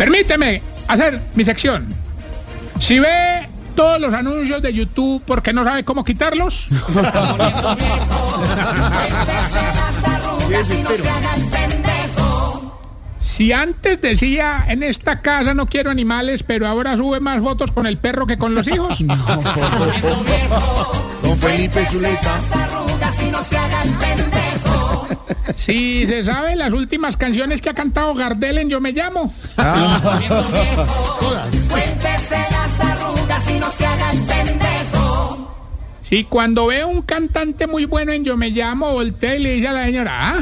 Permíteme hacer mi sección. Si ve todos los anuncios de YouTube porque no sabe cómo quitarlos. Si antes decía en esta casa no quiero animales, pero ahora sube más fotos con el perro que con los hijos. Don Felipe Zuleta. Si se sabe las últimas canciones que ha cantado Gardel en Yo Me Llamo. Si cuando ve un cantante muy bueno en Yo Me Llamo, voltea y le dice a la señora,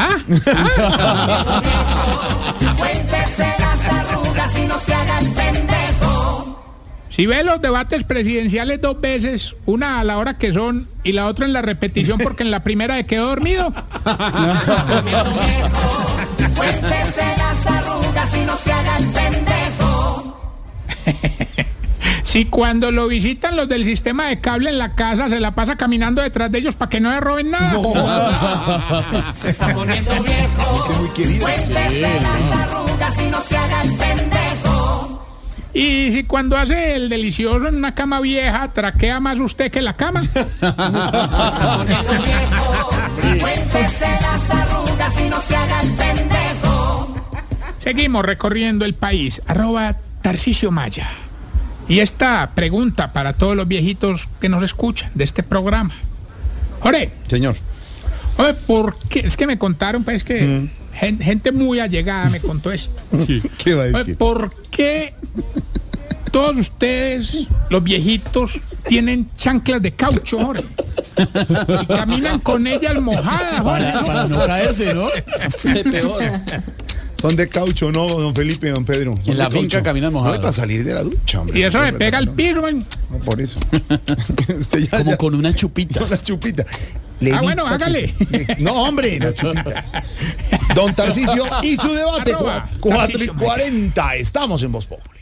Si ve los debates presidenciales 2 veces, una a la hora que son y la otra en la repetición porque en la primera se quedó dormido. Si cuando lo visitan los del sistema de cable en la casa se la pasa caminando detrás de ellos para que no le roben nada. Se está poniendo viejo. Muy querido. Cuéntese las arrugas y no se haga el pendejo. Y si cuando hace el delicioso en una cama vieja, traquea más usted que la cama. Se está poniendo viejo. Cuéntese las arrugas y no se haga el pendejo. Seguimos recorriendo el país. @Tarcisio Maya. Y esta pregunta para todos los viejitos que nos escuchan de este programa. Jorge. Señor. Oye, ¿por qué? Es que me contaron, pues, que gente muy allegada me contó esto. ¿Qué va a Oye, decir? ¿por qué todos ustedes, los viejitos, tienen chanclas de caucho, Jorge? Y caminan con ellas mojadas, Jorge. Para no caerse, ¿no? Peor. Son de caucho, no, don Felipe, don Pedro. Son En la de finca caucho. caminan mojados. No, para salir de la ducha, hombre. Y eso me pega al piso, man. No, por eso. Usted ya, Como con unas chupitas. Una chupita. Bueno, hágale. No, hombre, las chupitas. Don Tarcisio y su debate. @ 4:40. Estamos en Voz Populi.